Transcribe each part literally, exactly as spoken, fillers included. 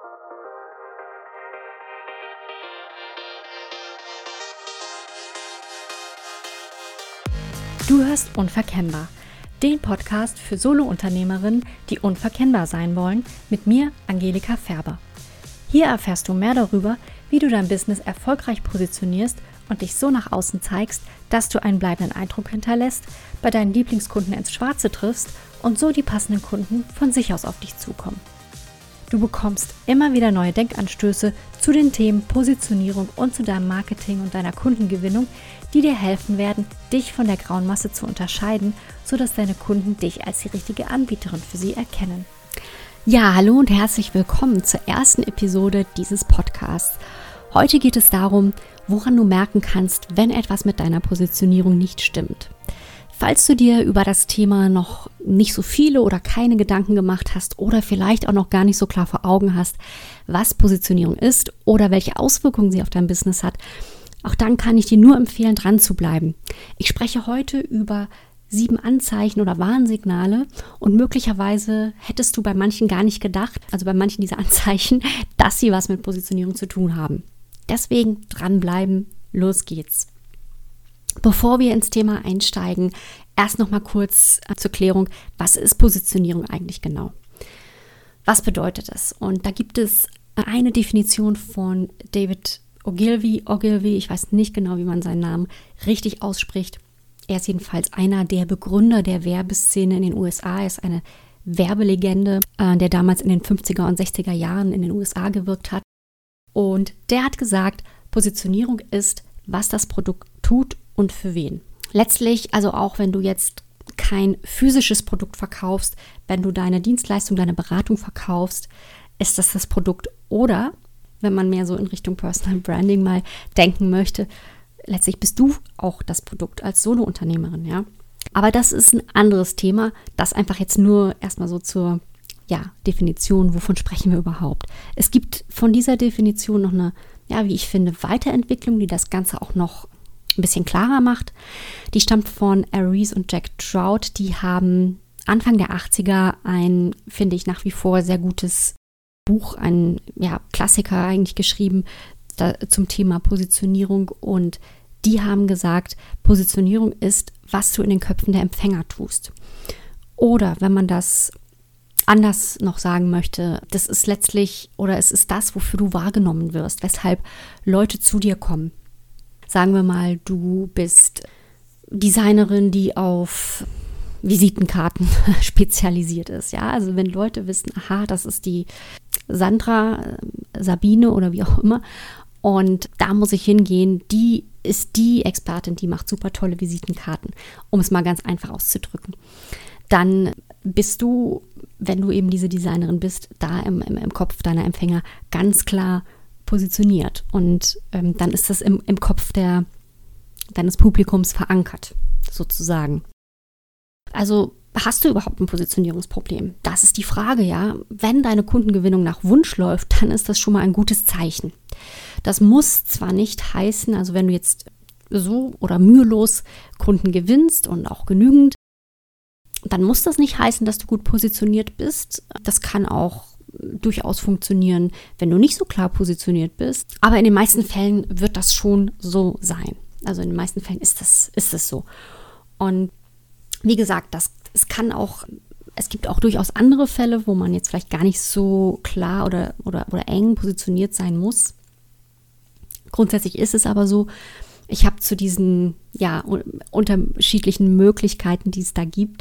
Du hörst Unverkennbar, den Podcast für Solo-Unternehmerinnen, die unverkennbar sein wollen, mit mir, Angelika Färber. Hier erfährst du mehr darüber, wie du dein Business erfolgreich positionierst und dich so nach außen zeigst, dass du einen bleibenden Eindruck hinterlässt, bei deinen Lieblingskunden ins Schwarze triffst und so die passenden Kunden von sich aus auf dich zukommen. Du bekommst immer wieder neue Denkanstöße zu den Themen Positionierung und zu deinem Marketing und deiner Kundengewinnung, die dir helfen werden, dich von der grauen Masse zu unterscheiden, sodass deine Kunden dich als die richtige Anbieterin für sie erkennen. Ja, hallo und herzlich willkommen zur ersten Episode dieses Podcasts. Heute geht es darum, woran du merken kannst, wenn etwas mit deiner Positionierung nicht stimmt. Falls du dir über das Thema noch nicht so viele oder keine Gedanken gemacht hast oder vielleicht auch noch gar nicht so klar vor Augen hast, was Positionierung ist oder welche Auswirkungen sie auf dein Business hat, auch dann kann ich dir nur empfehlen, dran zu bleiben. Ich spreche heute über sieben Anzeichen oder Warnsignale und möglicherweise hättest du bei manchen gar nicht gedacht, also bei manchen dieser Anzeichen, dass sie was mit Positionierung zu tun haben. Deswegen dranbleiben, los geht's. Bevor wir ins Thema einsteigen, erst noch mal kurz zur Klärung, was ist Positionierung eigentlich genau? Was bedeutet es? Und da gibt es eine Definition von David Ogilvy, Ogilvy, ich weiß nicht genau, wie man seinen Namen richtig ausspricht. Er ist jedenfalls einer der Begründer der Werbeszene in den U S A. Er ist eine Werbelegende, der damals in den fünfziger und sechziger Jahren in den U S A gewirkt hat. Und der hat gesagt, Positionierung ist, was das Produkt tut und für wen. Letztlich, also auch wenn du jetzt kein physisches Produkt verkaufst, wenn du deine Dienstleistung, deine Beratung verkaufst, ist das das Produkt. Oder, wenn man mehr so in Richtung Personal Branding mal denken möchte, letztlich bist du auch das Produkt als Solo-Unternehmerin, ja. Aber das ist ein anderes Thema, das einfach jetzt nur erstmal so zur ja, Definition, wovon sprechen wir überhaupt. Es gibt von dieser Definition noch eine, ja, wie ich finde, Weiterentwicklung, die das Ganze auch noch ein bisschen klarer macht. Die stammt von Aries und Jack Trout. Die haben Anfang der achtziger ein, finde ich, nach wie vor sehr gutes Buch, ein ja, Klassiker eigentlich geschrieben da, zum Thema Positionierung. Und die haben gesagt, Positionierung ist, was du in den Köpfen der Empfänger tust. Oder wenn man das anders noch sagen möchte, das ist letztlich oder es ist das, wofür du wahrgenommen wirst, weshalb Leute zu dir kommen. Sagen wir mal, du bist Designerin, die auf Visitenkarten spezialisiert ist. Ja, also wenn Leute wissen, aha, das ist die Sandra, Sabine oder wie auch immer und da muss ich hingehen, die ist die Expertin, die macht super tolle Visitenkarten, um es mal ganz einfach auszudrücken. Dann bist du, wenn du eben diese Designerin bist, da im, im, im Kopf deiner Empfänger ganz klar positioniert und ähm, dann ist das im, im Kopf der, deines Publikums verankert, sozusagen. Also hast du überhaupt ein Positionierungsproblem? Das ist die Frage, ja. Wenn deine Kundengewinnung nach Wunsch läuft, dann ist das schon mal ein gutes Zeichen. Das muss zwar nicht heißen, also wenn du jetzt so oder mühelos Kunden gewinnst und auch genügend, dann muss das nicht heißen, dass du gut positioniert bist. Das kann auch durchaus funktionieren, wenn du nicht so klar positioniert bist. Aber in den meisten Fällen wird das schon so sein. Also in den meisten Fällen ist das, ist das so. Und wie gesagt, das, es kann auch, es gibt auch durchaus andere Fälle, wo man jetzt vielleicht gar nicht so klar oder, oder, oder eng positioniert sein muss. Grundsätzlich ist es aber so, ich habe zu diesen ja, unterschiedlichen Möglichkeiten, die es da gibt,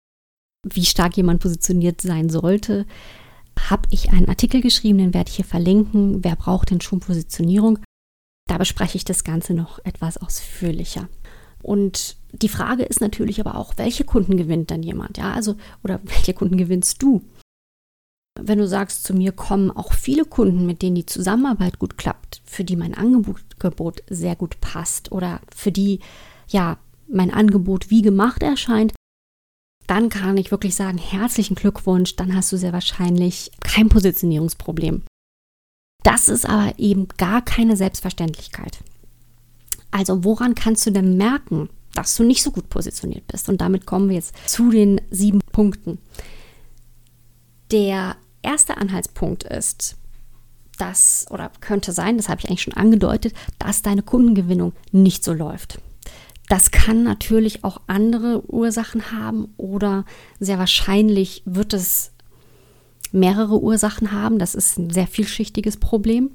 wie stark jemand positioniert sein sollte, habe ich einen Artikel geschrieben, den werde ich hier verlinken. Wer braucht denn schon Positionierung? Da bespreche ich das Ganze noch etwas ausführlicher. Und die Frage ist natürlich aber auch, welche Kunden gewinnt dann jemand? Ja, also, oder welche Kunden gewinnst du? Wenn du sagst, zu mir kommen auch viele Kunden, mit denen die Zusammenarbeit gut klappt, für die mein Angebot sehr gut passt oder für die ja mein Angebot wie gemacht erscheint, dann kann ich wirklich sagen, herzlichen Glückwunsch, dann hast du sehr wahrscheinlich kein Positionierungsproblem. Das ist aber eben gar keine Selbstverständlichkeit. Also woran kannst du denn merken, dass du nicht so gut positioniert bist? Und damit kommen wir jetzt zu den sieben Punkten. Der erste Anhaltspunkt ist, dass, oder könnte sein, das habe ich eigentlich schon angedeutet, dass deine Kundengewinnung nicht so läuft. Das kann natürlich auch andere Ursachen haben oder sehr wahrscheinlich wird es mehrere Ursachen haben. Das ist ein sehr vielschichtiges Problem.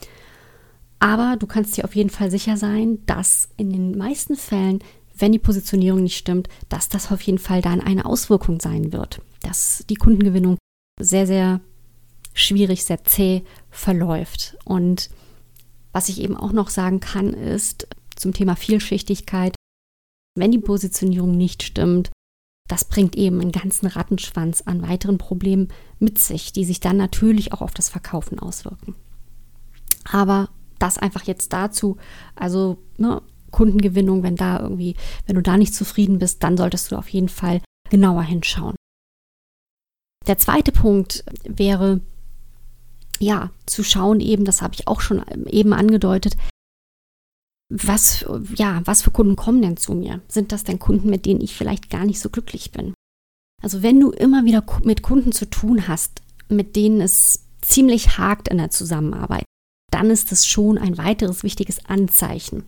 Aber du kannst dir auf jeden Fall sicher sein, dass in den meisten Fällen, wenn die Positionierung nicht stimmt, dass das auf jeden Fall dann eine Auswirkung sein wird. Dass die Kundengewinnung sehr, sehr schwierig, sehr zäh verläuft. Und was ich eben auch noch sagen kann, ist zum Thema Vielschichtigkeit, wenn die Positionierung nicht stimmt, das bringt eben einen ganzen Rattenschwanz an weiteren Problemen mit sich, die sich dann natürlich auch auf das Verkaufen auswirken. Aber das einfach jetzt dazu, also ne, Kundengewinnung, wenn da irgendwie, wenn du da nicht zufrieden bist, dann solltest du auf jeden Fall genauer hinschauen. Der zweite Punkt wäre, ja, zu schauen eben, das habe ich auch schon eben angedeutet, was, ja, was für Kunden kommen denn zu mir? Sind das denn Kunden, mit denen ich vielleicht gar nicht so glücklich bin? Also wenn du immer wieder mit Kunden zu tun hast, mit denen es ziemlich hakt in der Zusammenarbeit, dann ist das schon ein weiteres wichtiges Anzeichen.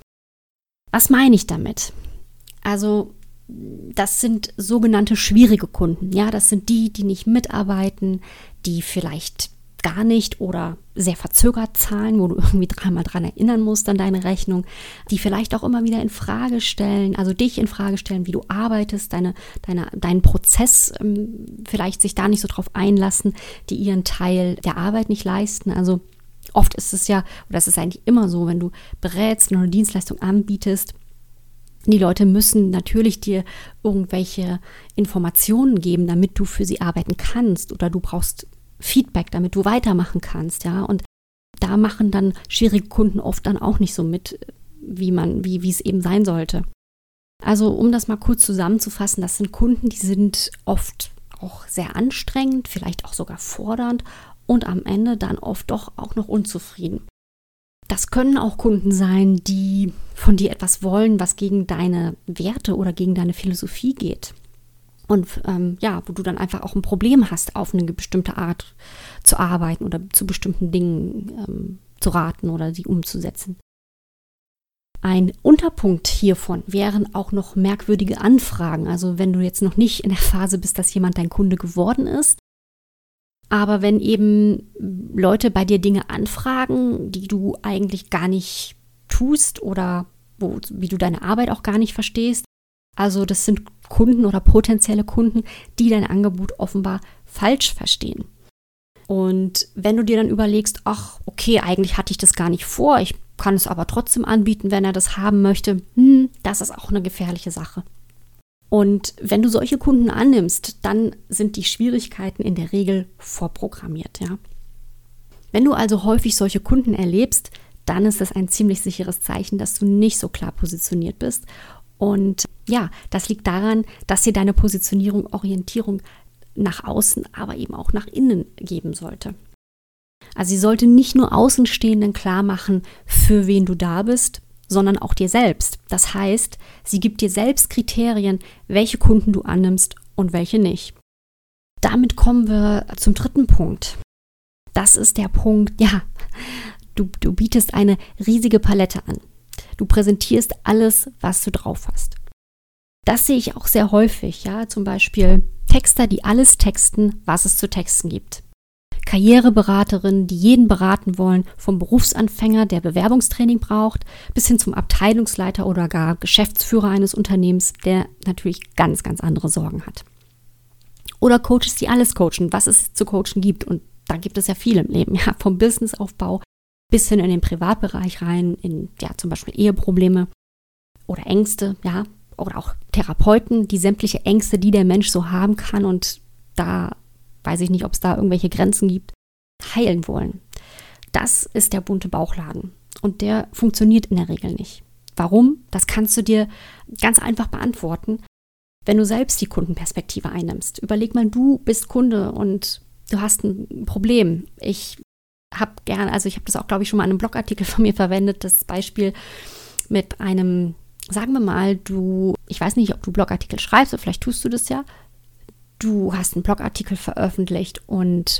Was meine ich damit? Also das sind sogenannte schwierige Kunden. Ja, das sind die, die nicht mitarbeiten, die vielleicht gar nicht oder sehr verzögert zahlen, wo du irgendwie dreimal dran erinnern musst an deine Rechnung, die vielleicht auch immer wieder in Frage stellen, also dich in Frage stellen, wie du arbeitest, deine, deine, deinen Prozess ähm, vielleicht sich da nicht so drauf einlassen, die ihren Teil der Arbeit nicht leisten. Also oft ist es ja, oder es ist eigentlich immer so, wenn du berätst und eine Dienstleistung anbietest, die Leute müssen natürlich dir irgendwelche Informationen geben, damit du für sie arbeiten kannst, oder du brauchst Feedback, damit du weitermachen kannst, ja, und da machen dann schwierige Kunden oft dann auch nicht so mit, wie man, wie, wie es eben sein sollte. Also um das mal kurz zusammenzufassen, das sind Kunden, die sind oft auch sehr anstrengend, vielleicht auch sogar fordernd und am Ende dann oft doch auch noch unzufrieden. Das können auch Kunden sein, die von dir etwas wollen, was gegen deine Werte oder gegen deine Philosophie geht. Und ähm, ja, wo du dann einfach auch ein Problem hast, auf eine bestimmte Art zu arbeiten oder zu bestimmten Dingen ähm, zu raten oder sie umzusetzen. Ein Unterpunkt hiervon wären auch noch merkwürdige Anfragen. Also wenn du jetzt noch nicht in der Phase bist, dass jemand dein Kunde geworden ist, aber wenn eben Leute bei dir Dinge anfragen, die du eigentlich gar nicht tust oder wo, wie du deine Arbeit auch gar nicht verstehst, also das sind Kunden oder potenzielle Kunden, die dein Angebot offenbar falsch verstehen. Und wenn du dir dann überlegst, ach, okay, eigentlich hatte ich das gar nicht vor, ich kann es aber trotzdem anbieten, wenn er das haben möchte, hm, das ist auch eine gefährliche Sache. Und wenn du solche Kunden annimmst, dann sind die Schwierigkeiten in der Regel vorprogrammiert, ja. Wenn du also häufig solche Kunden erlebst, dann ist das ein ziemlich sicheres Zeichen, dass du nicht so klar positioniert bist. Und ja, das liegt daran, dass dir deine Positionierung Orientierung nach außen, aber eben auch nach innen geben sollte. Also sie sollte nicht nur Außenstehenden klar machen, für wen du da bist, sondern auch dir selbst. Das heißt, sie gibt dir selbst Kriterien, welche Kunden du annimmst und welche nicht. Damit kommen wir zum dritten Punkt. Das ist der Punkt, ja, du, du bietest eine riesige Palette an. Du präsentierst alles, was du drauf hast. Das sehe ich auch sehr häufig, ja, zum Beispiel Texter, die alles texten, was es zu texten gibt. Karriereberaterinnen, die jeden beraten wollen, vom Berufsanfänger, der Bewerbungstraining braucht, bis hin zum Abteilungsleiter oder gar Geschäftsführer eines Unternehmens, der natürlich ganz, ganz andere Sorgen hat. Oder Coaches, die alles coachen, was es zu coachen gibt. Und da gibt es ja viel im Leben, ja, vom Businessaufbau bis hin in den Privatbereich rein, in ja zum Beispiel Eheprobleme oder Ängste, ja, oder auch Therapeuten, die sämtliche Ängste, die der Mensch so haben kann, und da weiß ich nicht, ob es da irgendwelche Grenzen gibt, heilen wollen. Das ist der bunte Bauchladen und der funktioniert in der Regel nicht. Warum? Das kannst du dir ganz einfach beantworten, wenn du selbst die Kundenperspektive einnimmst. Überleg mal, du bist Kunde und du hast ein Problem. Ich habe gern, also ich habe das auch, glaube ich, schon mal in einem Blogartikel von mir verwendet, das Beispiel mit einem, sagen wir mal, du, ich weiß nicht, ob du Blogartikel schreibst, oder vielleicht tust du das ja, du hast einen Blogartikel veröffentlicht und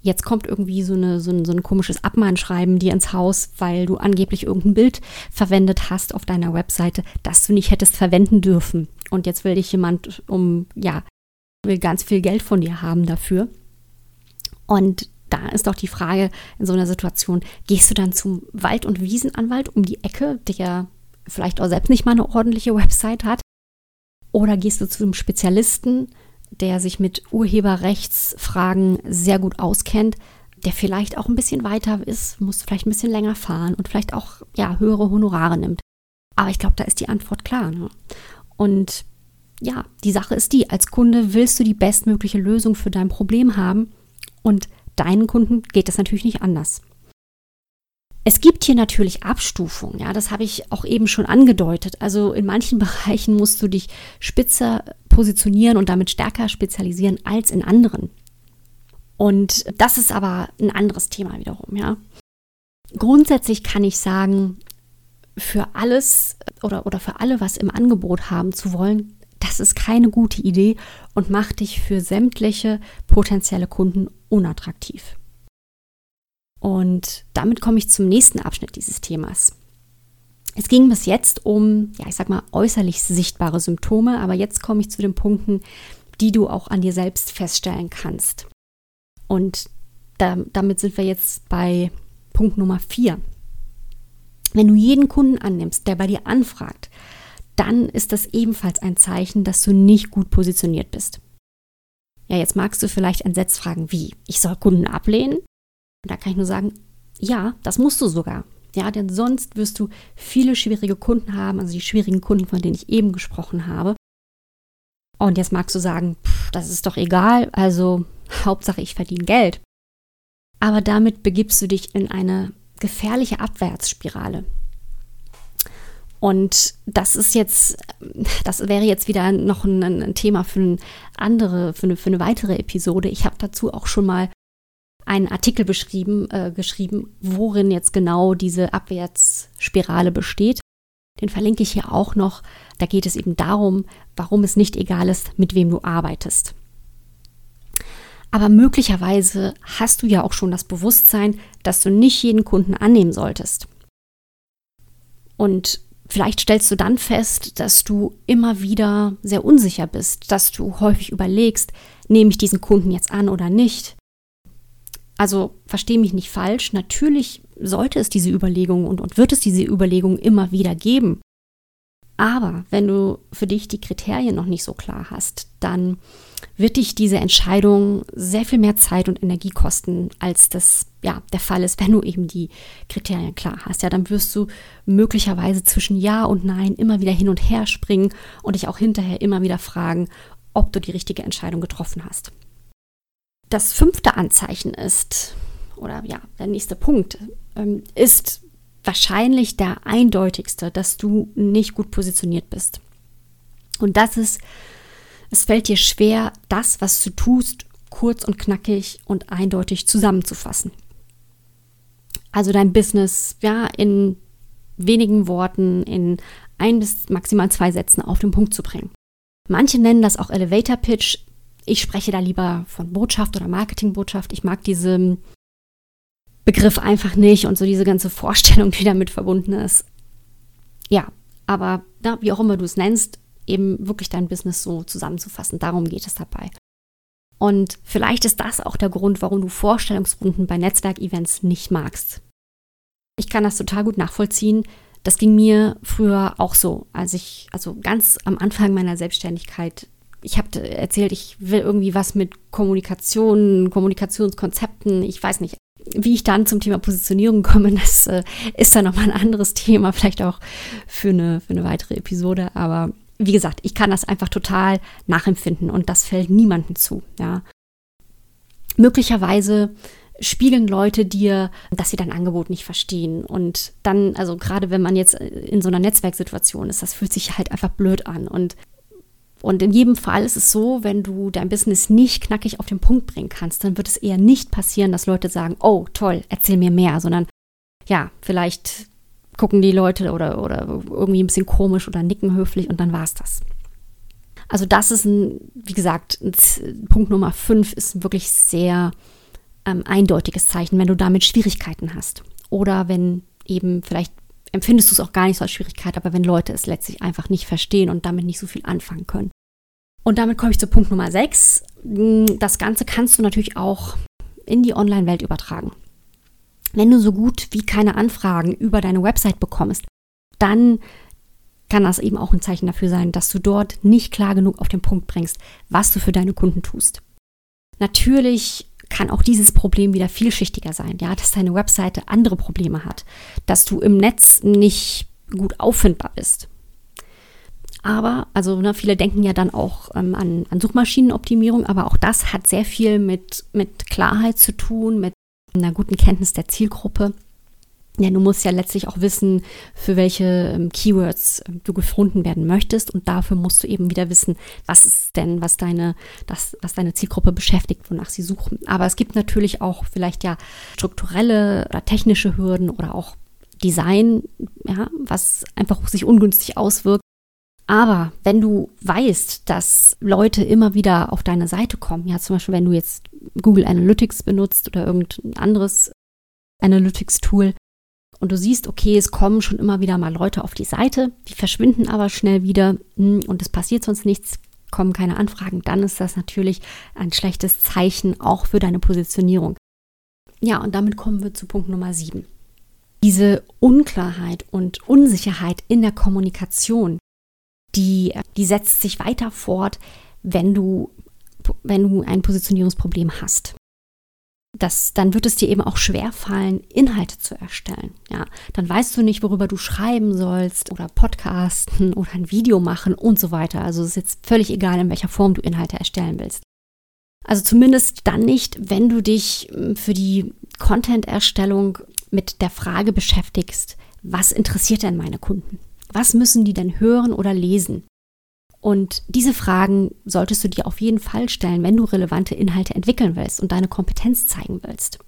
jetzt kommt irgendwie so, eine, so, ein, so ein komisches Abmahnschreiben dir ins Haus, weil du angeblich irgendein Bild verwendet hast auf deiner Webseite, das du nicht hättest verwenden dürfen. Und jetzt will dich jemand um, ja, will ganz viel Geld von dir haben dafür. Und da ist doch die Frage in so einer Situation, gehst du dann zum Wald- und Wiesenanwalt um die Ecke, der vielleicht auch selbst nicht mal eine ordentliche Website hat? Oder gehst du zu einem Spezialisten, der sich mit Urheberrechtsfragen sehr gut auskennt, der vielleicht auch ein bisschen weiter ist, muss vielleicht ein bisschen länger fahren und vielleicht auch ja, höhere Honorare nimmt. Aber ich glaube, da ist die Antwort klar. Ne? Und ja, die Sache ist die, als Kunde willst du die bestmögliche Lösung für dein Problem haben und deinen Kunden geht das natürlich nicht anders. Es gibt hier natürlich Abstufungen, ja, das habe ich auch eben schon angedeutet. Also in manchen Bereichen musst du dich spitzer positionieren und damit stärker spezialisieren als in anderen. Und das ist aber ein anderes Thema wiederum, ja. Grundsätzlich kann ich sagen, für alles oder, oder für alle was im Angebot haben zu wollen, das ist keine gute Idee und macht dich für sämtliche potenzielle Kunden unattraktiv. Und damit komme ich zum nächsten Abschnitt dieses Themas. Es ging bis jetzt um, ja, ich sag mal, äußerlich sichtbare Symptome, aber jetzt komme ich zu den Punkten, die du auch an dir selbst feststellen kannst. Und da, damit sind wir jetzt bei Punkt Nummer vier. Wenn du jeden Kunden annimmst, der bei dir anfragt, dann ist das ebenfalls ein Zeichen, dass du nicht gut positioniert bist. Ja, jetzt magst du vielleicht entsetzt fragen, wie? Ich soll Kunden ablehnen? Und da kann ich nur sagen, ja, das musst du sogar. Ja, denn sonst wirst du viele schwierige Kunden haben, also die schwierigen Kunden, von denen ich eben gesprochen habe. Und jetzt magst du sagen, pff, das ist doch egal, also Hauptsache ich verdiene Geld. Aber damit begibst du dich in eine gefährliche Abwärtsspirale. Und das ist jetzt, das wäre jetzt wieder noch ein, ein Thema für eine andere, für eine, für eine weitere Episode. Ich habe dazu auch schon mal einen Artikel beschrieben, äh, geschrieben, worin jetzt genau diese Abwärtsspirale besteht. Den verlinke ich hier auch noch. Da geht es eben darum, warum es nicht egal ist, mit wem du arbeitest. Aber möglicherweise hast du ja auch schon das Bewusstsein, dass du nicht jeden Kunden annehmen solltest. Und vielleicht stellst du dann fest, dass du immer wieder sehr unsicher bist, dass du häufig überlegst, nehme ich diesen Kunden jetzt an oder nicht? Also verstehe mich nicht falsch, natürlich sollte es diese Überlegungen und, und wird es diese Überlegungen immer wieder geben. Aber wenn du für dich die Kriterien noch nicht so klar hast, dann wird dich diese Entscheidung sehr viel mehr Zeit und Energie kosten, als das ja, der Fall ist, wenn du eben die Kriterien klar hast. Ja, dann wirst du möglicherweise zwischen Ja und Nein immer wieder hin und her springen und dich auch hinterher immer wieder fragen, ob du die richtige Entscheidung getroffen hast. Das fünfte Anzeichen ist, oder ja, der nächste Punkt, ähm, ist wahrscheinlich der eindeutigste, dass du nicht gut positioniert bist. Und das ist, es fällt dir schwer, das, was du tust, kurz und knackig und eindeutig zusammenzufassen. Also dein Business, ja, in wenigen Worten, in ein bis maximal zwei Sätzen auf den Punkt zu bringen. Manche nennen das auch Elevator Pitch. Ich spreche da lieber von Botschaft oder Marketingbotschaft. Ich mag diesen Begriff einfach nicht und so diese ganze Vorstellung, die damit verbunden ist. Ja, aber na, wie auch immer du es nennst, eben wirklich dein Business so zusammenzufassen. Darum geht es dabei. Und vielleicht ist das auch der Grund, warum du Vorstellungsrunden bei Netzwerkevents nicht magst. Ich kann das total gut nachvollziehen. Das ging mir früher auch so, als ich, also ganz am Anfang meiner Selbstständigkeit, ich habe erzählt, ich will irgendwie was mit Kommunikation, Kommunikationskonzepten, ich weiß nicht, wie ich dann zum Thema Positionierung komme, das äh, ist dann nochmal ein anderes Thema, vielleicht auch für eine, für eine weitere Episode, aber wie gesagt, ich kann das einfach total nachempfinden und das fällt niemandem zu. Ja. Möglicherweise spiegeln Leute dir, dass sie dein Angebot nicht verstehen und dann, also gerade wenn man jetzt in so einer Netzwerksituation ist, das fühlt sich halt einfach blöd an und Und in jedem Fall ist es so, wenn du dein Business nicht knackig auf den Punkt bringen kannst, dann wird es eher nicht passieren, dass Leute sagen, oh toll, erzähl mir mehr, sondern ja, vielleicht gucken die Leute oder, oder irgendwie ein bisschen komisch oder nicken höflich und dann war es das. Also das ist, ein, wie gesagt, ein Punkt Nummer fünf ist wirklich sehr ähm, eindeutiges Zeichen, wenn du damit Schwierigkeiten hast. Oder wenn eben, vielleicht empfindest du es auch gar nicht so als Schwierigkeit, aber wenn Leute es letztlich einfach nicht verstehen und damit nicht so viel anfangen können. Und damit komme ich zu Punkt Nummer sechs. Das Ganze kannst du natürlich auch in die Online-Welt übertragen. Wenn du so gut wie keine Anfragen über deine Website bekommst, dann kann das eben auch ein Zeichen dafür sein, dass du dort nicht klar genug auf den Punkt bringst, was du für deine Kunden tust. Natürlich kann auch dieses Problem wieder vielschichtiger sein, ja, dass deine Webseite andere Probleme hat, dass du im Netz nicht gut auffindbar bist. Aber, also ne, viele denken ja dann auch ähm, an, an Suchmaschinenoptimierung, aber auch das hat sehr viel mit, mit Klarheit zu tun, mit einer guten Kenntnis der Zielgruppe. Denn du musst ja letztlich auch wissen, für welche ähm, Keywords ähm, du gefunden werden möchtest. Und dafür musst du eben wieder wissen, was ist denn, was deine, das, was deine Zielgruppe beschäftigt, wonach sie suchen. Aber es gibt natürlich auch vielleicht ja strukturelle oder technische Hürden oder auch Design, ja, was einfach sich ungünstig auswirkt. Aber wenn du weißt, dass Leute immer wieder auf deine Seite kommen, ja, zum Beispiel, wenn du jetzt Google Analytics benutzt oder irgendein anderes Analytics-Tool, und du siehst, okay, es kommen schon immer wieder mal Leute auf die Seite, die verschwinden aber schnell wieder und es passiert sonst nichts, kommen keine Anfragen, dann ist das natürlich ein schlechtes Zeichen auch für deine Positionierung. Ja, und damit kommen wir zu Punkt Nummer sieben. Diese Unklarheit und Unsicherheit in der Kommunikation, die, die setzt sich weiter fort, wenn du, wenn du ein Positionierungsproblem hast. Das, dann wird es dir eben auch schwerfallen, Inhalte zu erstellen. Ja, dann weißt du nicht, worüber du schreiben sollst oder podcasten oder ein Video machen und so weiter. Also es ist jetzt völlig egal, in welcher Form du Inhalte erstellen willst. Also zumindest dann nicht, wenn du dich für die Content-Erstellung mit der Frage beschäftigst, was interessiert denn meine Kunden? Was müssen die denn hören oder lesen? Und diese Fragen solltest du dir auf jeden Fall stellen, wenn du relevante Inhalte entwickeln willst und deine Kompetenz zeigen willst.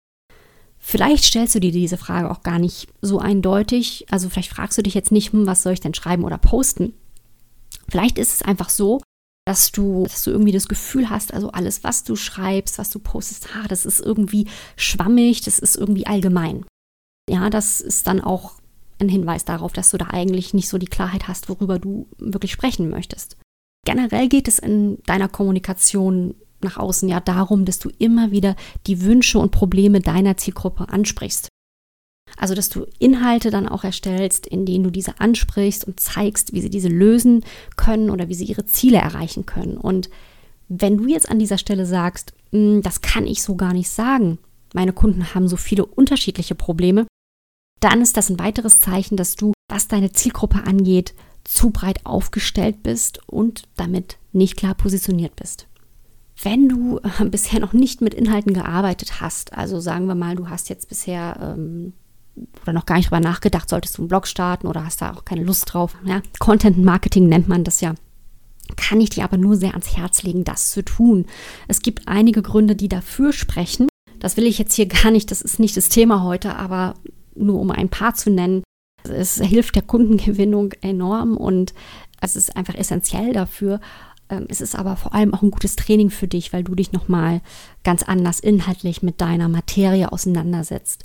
Vielleicht stellst du dir diese Frage auch gar nicht so eindeutig. Also vielleicht fragst du dich jetzt nicht, hm, was soll ich denn schreiben oder posten? Vielleicht ist es einfach so, dass du, dass du irgendwie das Gefühl hast, also alles, was du schreibst, was du postest, ah, das ist irgendwie schwammig, das ist irgendwie allgemein. Ja, das ist dann auch ein Hinweis darauf, dass du da eigentlich nicht so die Klarheit hast, worüber du wirklich sprechen möchtest. Generell geht es in deiner Kommunikation nach außen ja darum, dass du immer wieder die Wünsche und Probleme deiner Zielgruppe ansprichst. Also, dass du Inhalte dann auch erstellst, in denen du diese ansprichst und zeigst, wie sie diese lösen können oder wie sie ihre Ziele erreichen können. Und wenn du jetzt an dieser Stelle sagst, das kann ich so gar nicht sagen, meine Kunden haben so viele unterschiedliche Probleme, dann ist das ein weiteres Zeichen, dass du, was deine Zielgruppe angeht, zu breit aufgestellt bist und damit nicht klar positioniert bist. Wenn du äh, bisher noch nicht mit Inhalten gearbeitet hast, also sagen wir mal, du hast jetzt bisher ähm, oder noch gar nicht drüber nachgedacht, solltest du einen Blog starten oder hast da auch keine Lust drauf. Ja? Content Marketing nennt man das ja. Kann ich dir aber nur sehr ans Herz legen, das zu tun. Es gibt einige Gründe, die dafür sprechen. Das will ich jetzt hier gar nicht, das ist nicht das Thema heute, aber nur um ein paar zu nennen. Es hilft der Kundengewinnung enorm und es ist einfach essentiell dafür. Es ist aber vor allem auch ein gutes Training für dich, weil du dich nochmal ganz anders inhaltlich mit deiner Materie auseinandersetzt.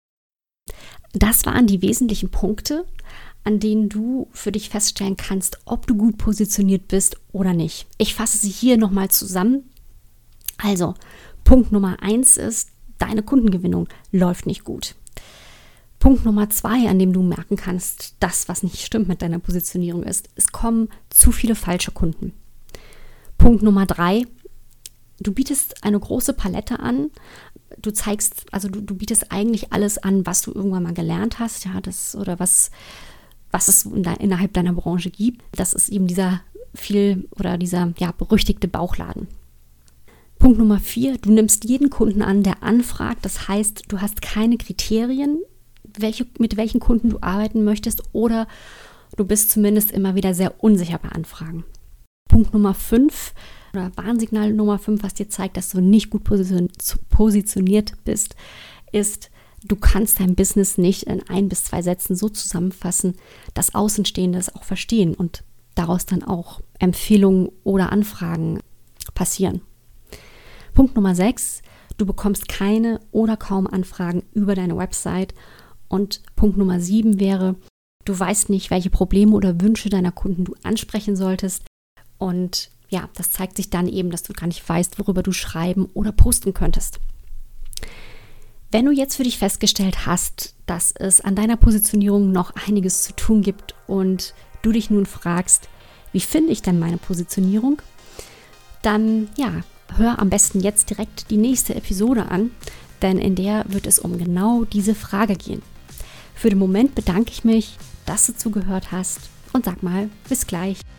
Das waren die wesentlichen Punkte, an denen du für dich feststellen kannst, ob du gut positioniert bist oder nicht. Ich fasse sie hier nochmal zusammen. Also, Punkt Nummer eins ist, deine Kundengewinnung läuft nicht gut. Punkt Nummer zwei, an dem du merken kannst, das, was nicht stimmt mit deiner Positionierung ist, es kommen zu viele falsche Kunden. Punkt Nummer drei, du bietest eine große Palette an, du zeigst, also du, du bietest eigentlich alles an, was du irgendwann mal gelernt hast, ja, das oder was, was es in der, innerhalb deiner Branche gibt. Das ist eben dieser viel oder dieser ja, berüchtigte Bauchladen. Punkt Nummer vier, du nimmst jeden Kunden an, der anfragt, das heißt, du hast keine Kriterien, welche, mit welchen Kunden du arbeiten möchtest oder du bist zumindest immer wieder sehr unsicher bei Anfragen. Punkt Nummer fünf oder Warnsignal Nummer fünf, was dir zeigt, dass du nicht gut positioniert bist, ist, du kannst dein Business nicht in ein bis zwei Sätzen so zusammenfassen, dass Außenstehende es auch verstehen und daraus dann auch Empfehlungen oder Anfragen passieren. Punkt Nummer sechs, du bekommst keine oder kaum Anfragen über deine Website. Und Punkt Nummer sieben wäre, du weißt nicht, welche Probleme oder Wünsche deiner Kunden du ansprechen solltest. Und ja, das zeigt sich dann eben, dass du gar nicht weißt, worüber du schreiben oder posten könntest. Wenn du jetzt für dich festgestellt hast, dass es an deiner Positionierung noch einiges zu tun gibt und du dich nun fragst, wie finde ich denn meine Positionierung, dann ja, hör am besten jetzt direkt die nächste Episode an, denn in der wird es um genau diese Frage gehen. Für den Moment bedanke ich mich, dass du zugehört hast und sag mal, bis gleich.